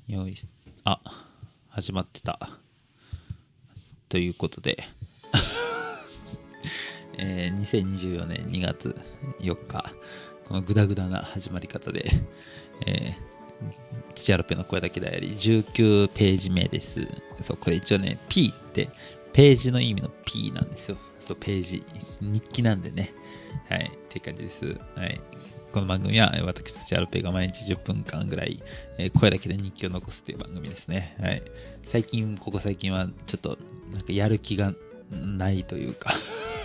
よいあ始まってたということで2024年2月4日このグダグダな始まり方で、土アルペの声だけダイアリー19ページ目です。そう、これ一応ね P ってページの意味の P なんですよ。そう、ページ日記なんでね、はいっていう感じです。はい、この番組は私たちアルペが毎日10分間ぐらい声だけで日記を残すという番組ですね。はい、ここ最近はちょっとなんかやる気がないというか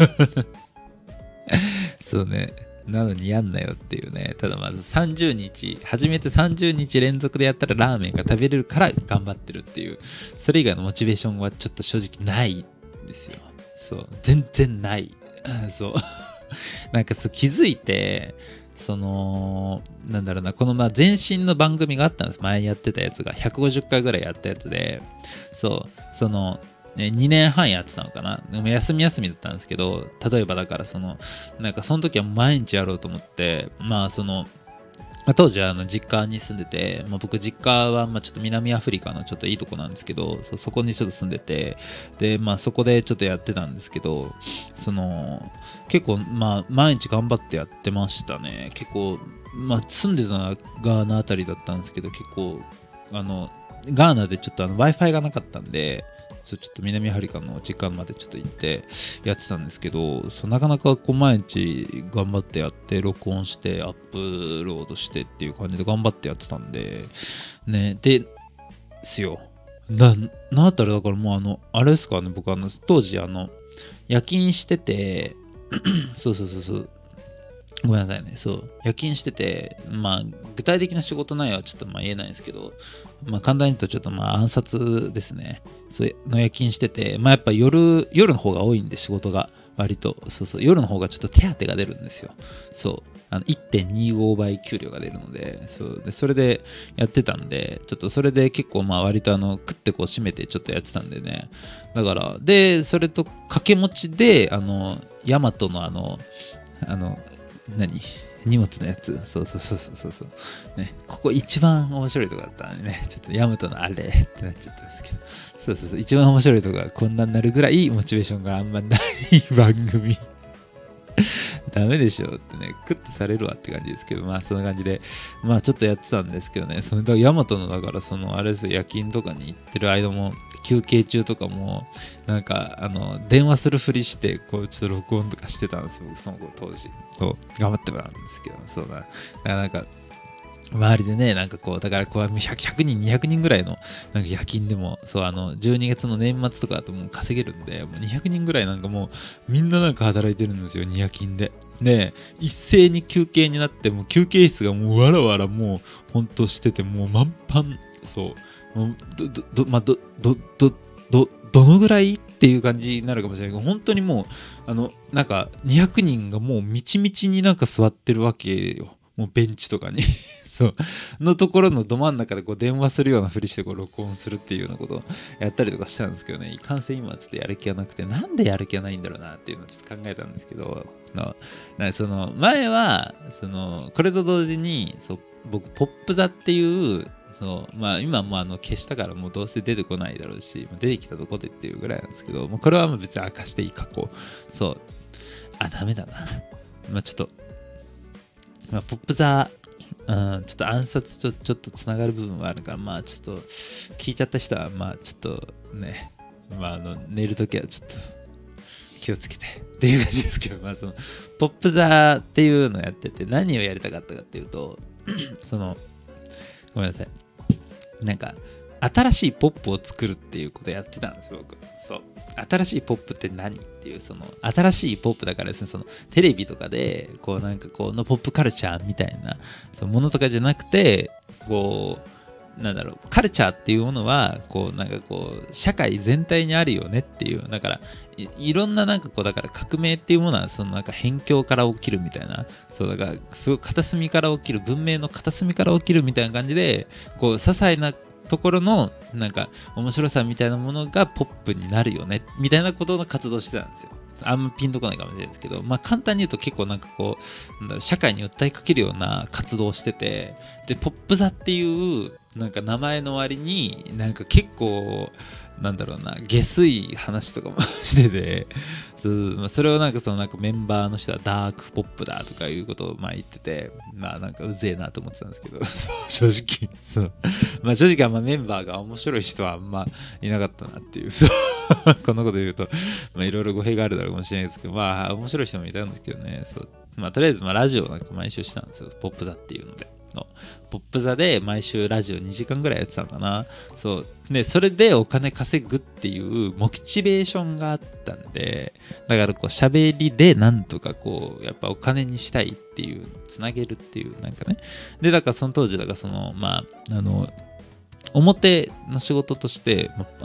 そうね、なのにやんなよっていうね。ただまず30日初めて30日連続でやったらラーメンが食べれるから頑張ってるっていう、それ以外のモチベーションはちょっと正直ないんですよ。そう全然ないそうなんかそう気づいて、そのなんだろうな、この前身の番組があったんです。前やってたやつが150回ぐらいやったやつで、そうその2年半やってたのかな。でも休みだったんですけど、例えばだからなんかその時は毎日やろうと思って、当時は実家に住んでて、僕実家はちょっと南アフリカのちょっといいとこなんですけど、そこにちょっと住んでて、でそこでちょっとやってたんですけど、結構毎日頑張ってやってましたね。結構住んでたのはガーナあたりだったんですけど、結構ガーナでちょっとWi-Fi がなかったんで、ちょっと南アフリカの時間までちょっと行ってやってたんですけど、なかなかこう毎日頑張ってやって録音してアップロードしてっていう感じで頑張ってやってたんでね。ですよ。なんだったらだからもうあれですかね、僕当時夜勤しててそうごめんなさいね。夜勤してて、具体的な仕事内容はちょっと言えないんですけど、簡単に言うとちょっと暗殺ですね。の夜勤してて、やっぱ夜の方が多いんで、仕事が割と、夜の方がちょっと手当が出るんですよ。1.25 倍給料が出るので、それでやってたんで、ちょっとそれで結構割と食ってこう締めてちょっとやってたんでね。だから、で、それと掛け持ちで、ヤマトの荷物のやつ、ね、ここ一番面白いとこだったのにね、ちょっとヤマトのあれってなっちゃったんですけど、一番面白いとこがこんなになるぐらいモチベーションがあんまない番組ダメでしょってね、クッてされるわって感じですけど、そんな感じでちょっとやってたんですけどね。ヤマトのだからあれですよ、夜勤とかに行ってる間も休憩中とかもなんか電話するふりしてこうちょっと録音とかしてたんですよ。その当時頑張ってたんですけど、だからなんか周りでね、なんかこうだからこう100人200人ぐらいのなんか夜勤でも12月の年末とかだともう稼げるんで、もう200人ぐらいなんかもうみんななんか働いてるんですよ、夜勤で。で一斉に休憩になって、もう休憩室がもうわらわらもうほんとしてて、もう満帆。もうどのぐらいっていう感じになるかもしれないけど、本当にもうなんか200人がもうみちみちになんか座ってるわけよ、もうベンチとかにのところのど真ん中でこう電話するようなふりしてこう録音するっていうようなことをやったりとかしたんですけどね。いかんせん今はちょっとやる気がなくて、なんでやる気がないんだろうなっていうのをちょっと考えたんですけど、前はこれと同時に僕ポップ座っていう今も消したからもうどうせ出てこないだろうし、出てきたとこでっていうぐらいなんですけど、これは別に明かしていい過去。ダメだな。ちょっとポップ座ちょっと暗殺とちょっとつながる部分はあるから、ちょっと聞いちゃった人はちょっとね、寝るときはちょっと気をつけてっていう感じですけど、ポップ座っていうのをやってて、何をやりたかったかっていうとごめんなさい、なんか新しいポップを作るっていうことをやってたんですよ、僕。新しいポップって何っていう、新しいポップだからですね、テレビとかでこうなんかこのポップカルチャーみたいなものとかじゃなくて、こうなんだろう、カルチャーっていうものはこうなんかこう社会全体にあるよねっていう、だからいろんななんかこうだから革命っていうものはなんか辺境から起きるみたいな、だからすごい片隅から起きる、文明の片隅から起きるみたいな感じで、こう些細なところのなんか面白さみたいなものがポップになるよねみたいなことの活動してたんですよ。 あんまピンとこないかもしれないですけど、まあ簡単に言うと結構なんかこう、なんだろう、社会に訴えかけるような活動をしてて、で、ポップ座っていうなんか名前の割に、なんか結構、なんだろうな、下水話とかもしてて、まあ、それをなんかそのなんかメンバーの人はダークポップだとかいうことをまあ言ってて、まあなんかうぜえなと思ってたんですけど、正直、そう。まあ正直あんまメンバーが面白い人はあんまいなかったなっていう、そう。こんなこと言うと、まあいろいろ語弊があるだろうかもしれないですけど、まあ面白い人もいたんですけどね、そう。まあとりあえずまあラジオなんか毎週したんですよ、ポップだっていうので。ポップ座で毎週ラジオ2時間ぐらいやってたのかな。そう。で、それでお金稼ぐっていうモチベーションがあったんで、だからこう喋りでなんとかこう、やっぱお金にしたいっていう、つなげるっていう、なんかね。で、だからその当時、だからその、まあ、表の仕事として、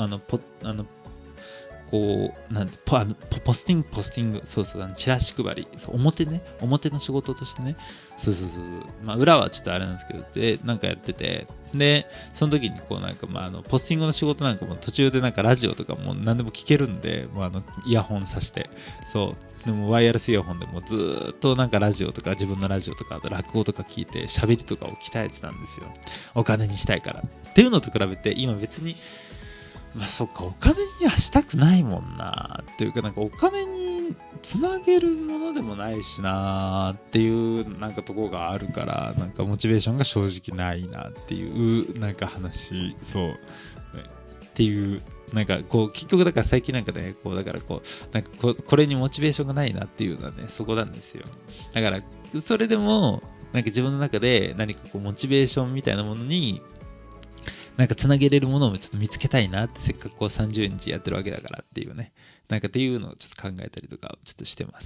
こう、なんて、ポスティング、そうそう、チラシ配り、そう、表の仕事としてね、そう、まあ、裏はちょっとあれなんですけど、で、なんかやってて、で、その時にこうなんか、まあ、ポスティングの仕事なんかも途中でなんかラジオとかも何でも聞けるんで、もうイヤホンさして、そう、でもワイヤレスイヤホンでもずーっとなんかラジオとか、自分のラジオとか、あと落語とか聞いて、喋りとかを鍛えてたんですよ。お金にしたいから。っていうのと比べて、今別に、まあそっか、お金にはしたくないもんなっていうか、なんかお金につなげるものでもないしなっていうなんかところがあるから、なんかモチベーションが正直ないなっていうなんか話、そう。っていう、なんかこう、結局だから最近なんかね、こうだからこう、なんかこれにモチベーションがないなっていうのはね、そこなんですよ。だから、それでも、なんか自分の中で何かこうモチベーションみたいなものになんかつなげれるものをちょっと見つけたいなって、せっかくこう30日やってるわけだからっていうね、なんかっていうのをちょっと考えたりとかちょっとしてます。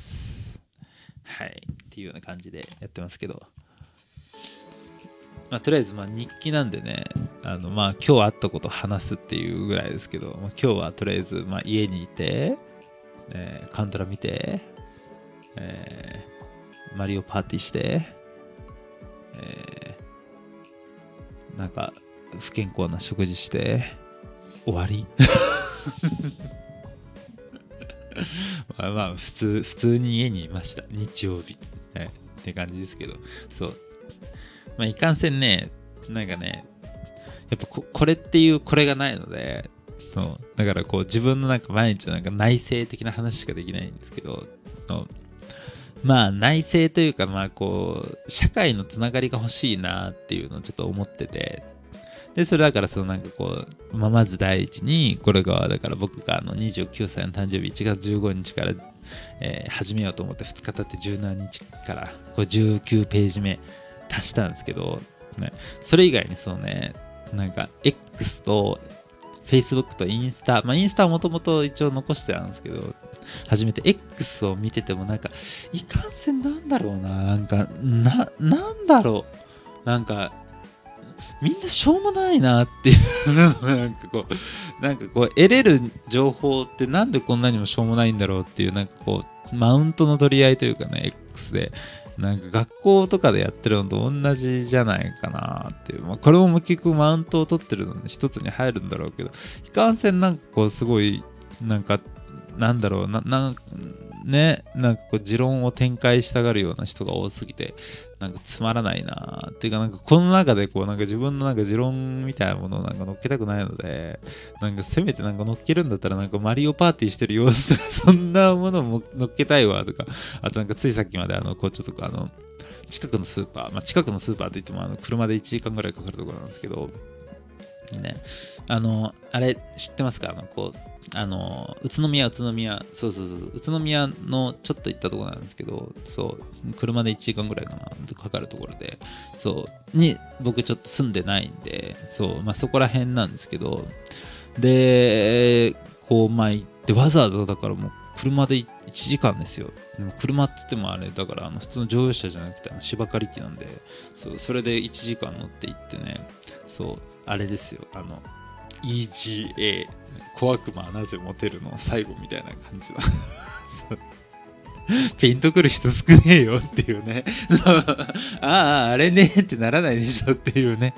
はい。っていうような感じでやってますけど。まあ、とりあえずまあ日記なんでね、まあ今日あったことを話すっていうぐらいですけど、まあ、今日はとりあえずまあ家にいて、カントラ見て、マリオパーティーして、なんか不健康な食事して終わりまあ普通に家にいました、日曜日、はい、って感じですけど、そう、まあいかんせんね、なんかね、やっぱこれっていうこれがないので、そうだからこう自分のなんか毎日のなんか内省的な話しかできないんですけど、まあ内省というか、まあこう社会のつながりが欲しいなっていうのをちょっと思ってて、でそれだからそのなんかこう、まあ、まず第一にこれがだから僕が29歳の誕生日1月15日から、始めようと思って2日経って17日からこう19ページ目足したんですけど、ね、それ以外にそうね、なんか X と Facebook とインスタ、まあインスタはもともと一応残してたんですけど、初めて X を見ててもなんかいかんせんなんだろうな、なんかなんだろう、なんかみんなしょうもないなっていうなんかこう得れる情報ってなんでこんなにもしょうもないんだろうっていう、なんかこうマウントの取り合いというかね、 X でなんか学校とかでやってるのと同じじゃないかなっていう、まあ、これも結局マウントを取ってるのに一つに入るんだろうけど、いかんせんなんかこうすごいなんかなんだろうね、なんかこう持論を展開したがるような人が多すぎて、なんかつまらないなーっていうか、なんかこの中でこうなんか自分のなんか持論みたいなものをなんか乗っけたくないので、なんかせめてなんか乗っけるんだったらなんかマリオパーティーしてる様子とかそんなものも乗っけたいわとか、あとなんかついさっきまでこうちょっと近くのスーパー、まあ近くのスーパーといっても車で1時間ぐらいかかるところなんですけど、ね、あれ知ってますか、こう宇都宮、そう、宇都宮のちょっと行ったところなんですけど、そう、車で1時間ぐらいかかるところで、そうに僕ちょっと住んでないんで、そう、まあそこら辺なんですけど、で、こう、まあ行って、わざわざだからもう車で1時間ですよ。でも車って言ってもあれ、だから普通の乗用車じゃなくて芝刈り機なんで、そう、それで1時間乗って行ってね、そう、あれですよ、EGA 小悪魔はなぜモテるの最後みたいな感じだピンとくる人少ねえよっていうねあれねってならないでしょっていうね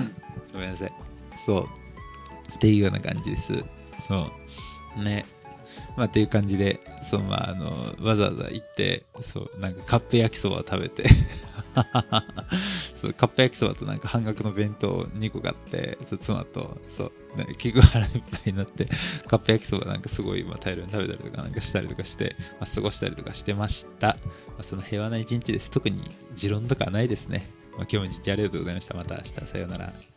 ごめんなさい、そうっていうような感じです。そうね、 まあっていう感じで、そう、まあわざわざ行って、そう、なんかカップ焼きそばを食べてそう、カップ焼きそばとなんか半額の弁当を2個買って、そう、妻と、そう、なんか気具腹いっぱいになって、カップ焼きそばなんかすごい大量に食べたりとかなんかしたりとかして、まあ、過ごしたりとかしてました。まあ、その平和な一日です。特に持論とかはないですね。まあ、今日も一日ありがとうございました。また明日、さようなら。